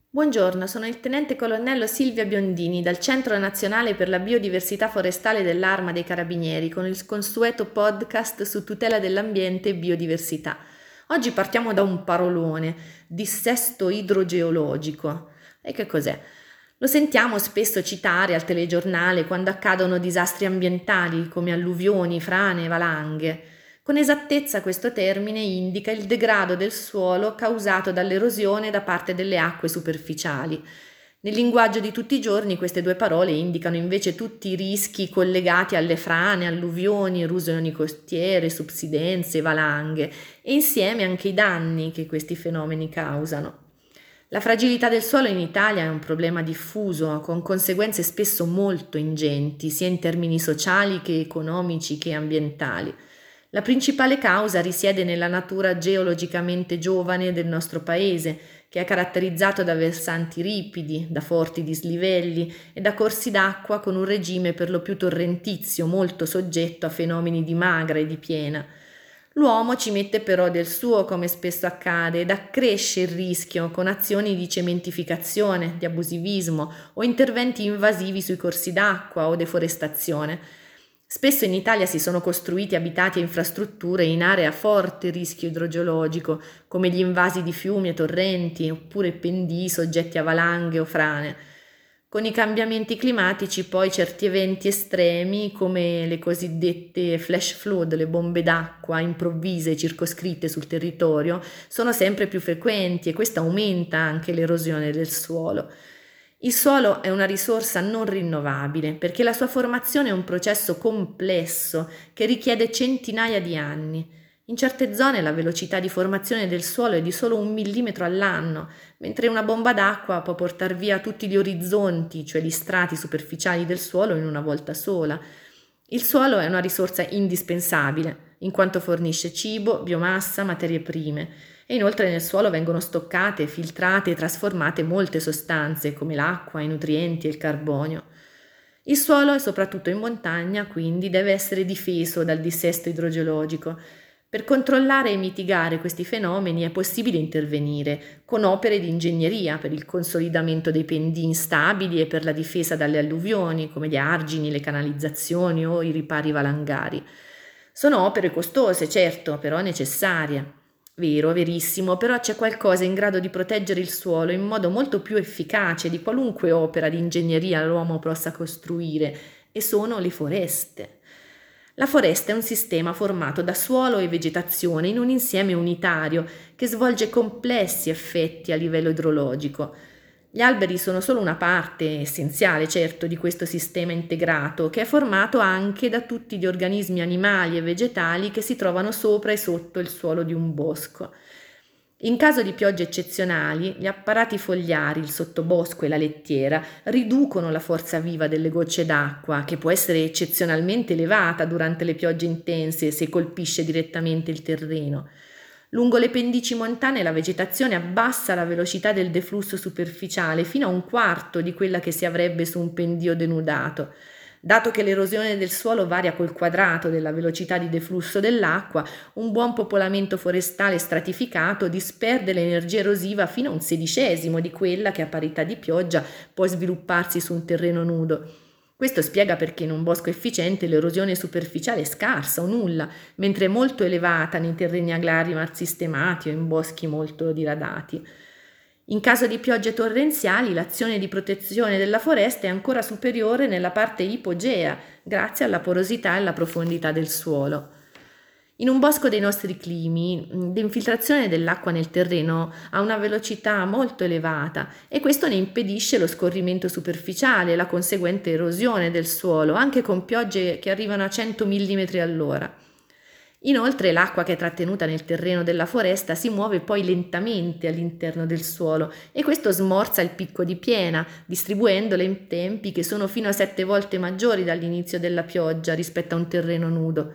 Buongiorno, sono il tenente colonnello Silvia Biondini dal Centro Nazionale per la Biodiversità Forestale dell'Arma dei Carabinieri con il consueto podcast su tutela dell'ambiente e biodiversità. Oggi partiamo da un parolone, dissesto idrogeologico. E che cos'è? Lo sentiamo spesso citare al telegiornale quando accadono disastri ambientali come alluvioni, frane, valanghe. Con esattezza questo termine indica il degrado del suolo causato dall'erosione da parte delle acque superficiali. Nel linguaggio di tutti i giorni queste due parole indicano invece tutti i rischi collegati alle frane, alluvioni, erosioni costiere, subsidenze, valanghe e insieme anche i danni che questi fenomeni causano. La fragilità del suolo in Italia è un problema diffuso, con conseguenze spesso molto ingenti, sia in termini sociali che economici che ambientali. La principale causa risiede nella natura geologicamente giovane del nostro paese, che è caratterizzato da versanti ripidi, da forti dislivelli e da corsi d'acqua con un regime per lo più torrentizio, molto soggetto a fenomeni di magra e di piena. L'uomo ci mette però del suo, come spesso accade, ed accresce il rischio con azioni di cementificazione, di abusivismo o interventi invasivi sui corsi d'acqua o deforestazione. Spesso in Italia si sono costruiti abitati e infrastrutture in aree a forte rischio idrogeologico, come gli invasi di fiumi e torrenti, oppure pendii soggetti a valanghe o frane. Con i cambiamenti climatici poi certi eventi estremi, come le cosiddette flash flood, le bombe d'acqua improvvise e circoscritte sul territorio, sono sempre più frequenti e questo aumenta anche l'erosione del suolo. Il suolo è una risorsa non rinnovabile perché la sua formazione è un processo complesso che richiede centinaia di anni. In certe zone la velocità di formazione del suolo è di solo 1 millimetro all'anno, mentre una bomba d'acqua può portare via tutti gli orizzonti, cioè gli strati superficiali del suolo, in una volta sola. Il suolo è una risorsa indispensabile, in quanto fornisce cibo, biomassa, materie prime. E inoltre nel suolo vengono stoccate, filtrate e trasformate molte sostanze come l'acqua, i nutrienti e il carbonio. Il suolo, e soprattutto in montagna, quindi deve essere difeso dal dissesto idrogeologico. Per controllare e mitigare questi fenomeni è possibile intervenire con opere di ingegneria per il consolidamento dei pendii instabili e per la difesa dalle alluvioni, come gli argini, le canalizzazioni o i ripari valangari. Sono opere costose, certo, però necessarie. Vero, verissimo, però c'è qualcosa in grado di proteggere il suolo in modo molto più efficace di qualunque opera di ingegneria l'uomo possa costruire, e sono le foreste. La foresta è un sistema formato da suolo e vegetazione in un insieme unitario che svolge complessi effetti a livello idrologico. Gli alberi sono solo una parte essenziale, certo, di questo sistema integrato, che è formato anche da tutti gli organismi animali e vegetali che si trovano sopra e sotto il suolo di un bosco. In caso di piogge eccezionali, gli apparati fogliari, il sottobosco e la lettiera riducono la forza viva delle gocce d'acqua, che può essere eccezionalmente elevata durante le piogge intense se colpisce direttamente il terreno. Lungo le pendici montane la vegetazione abbassa la velocità del deflusso superficiale fino a 1/4 di quella che si avrebbe su un pendio denudato. Dato che l'erosione del suolo varia col quadrato della velocità di deflusso dell'acqua, un buon popolamento forestale stratificato disperde l'energia erosiva fino a 1/16 di quella che a parità di pioggia può svilupparsi su un terreno nudo. Questo spiega perché in un bosco efficiente l'erosione superficiale è scarsa o nulla, mentre è molto elevata nei terreni agrari mal sistemati o in boschi molto diradati. In caso di piogge torrenziali, l'azione di protezione della foresta è ancora superiore nella parte ipogea, grazie alla porosità e alla profondità del suolo. In un bosco dei nostri climi, l'infiltrazione dell'acqua nel terreno ha una velocità molto elevata e questo ne impedisce lo scorrimento superficiale e la conseguente erosione del suolo, anche con piogge che arrivano a 100 mm all'ora. Inoltre l'acqua che è trattenuta nel terreno della foresta si muove poi lentamente all'interno del suolo e questo smorza il picco di piena, distribuendole in tempi che sono fino a 7 volte maggiori dall'inizio della pioggia rispetto a un terreno nudo.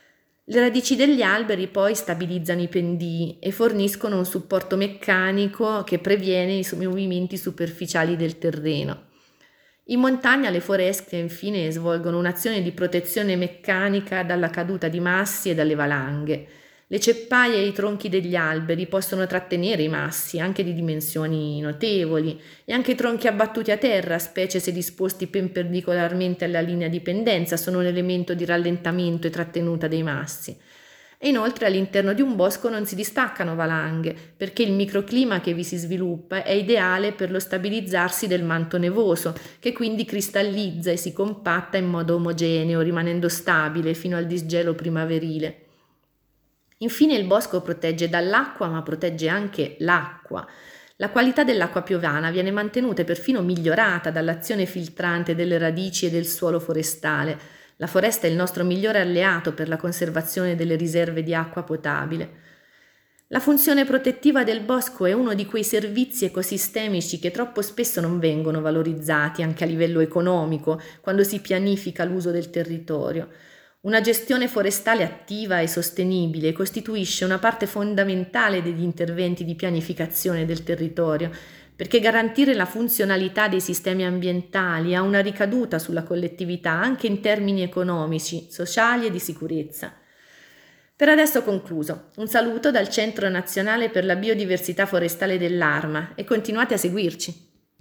Le radici degli alberi poi stabilizzano i pendii e forniscono un supporto meccanico che previene i movimenti superficiali del terreno. In montagna le foreste infine svolgono un'azione di protezione meccanica dalla caduta di massi e dalle valanghe. Le ceppaie e i tronchi degli alberi possono trattenere i massi, anche di dimensioni notevoli, e anche i tronchi abbattuti a terra, specie se disposti perpendicolarmente alla linea di pendenza, sono un elemento di rallentamento e trattenuta dei massi. E inoltre all'interno di un bosco non si distaccano valanghe, perché il microclima che vi si sviluppa è ideale per lo stabilizzarsi del manto nevoso, che quindi cristallizza e si compatta in modo omogeneo, rimanendo stabile fino al disgelo primaverile. Infine il bosco protegge dall'acqua, ma protegge anche l'acqua. La qualità dell'acqua piovana viene mantenuta e perfino migliorata dall'azione filtrante delle radici e del suolo forestale. La foresta è il nostro migliore alleato per la conservazione delle riserve di acqua potabile. La funzione protettiva del bosco è uno di quei servizi ecosistemici che troppo spesso non vengono valorizzati anche a livello economico quando si pianifica l'uso del territorio. Una gestione forestale attiva e sostenibile costituisce una parte fondamentale degli interventi di pianificazione del territorio, perché garantire la funzionalità dei sistemi ambientali ha una ricaduta sulla collettività anche in termini economici, sociali e di sicurezza. Per adesso ho concluso. Un saluto dal Centro Nazionale per la Biodiversità Forestale dell'Arma e continuate a seguirci.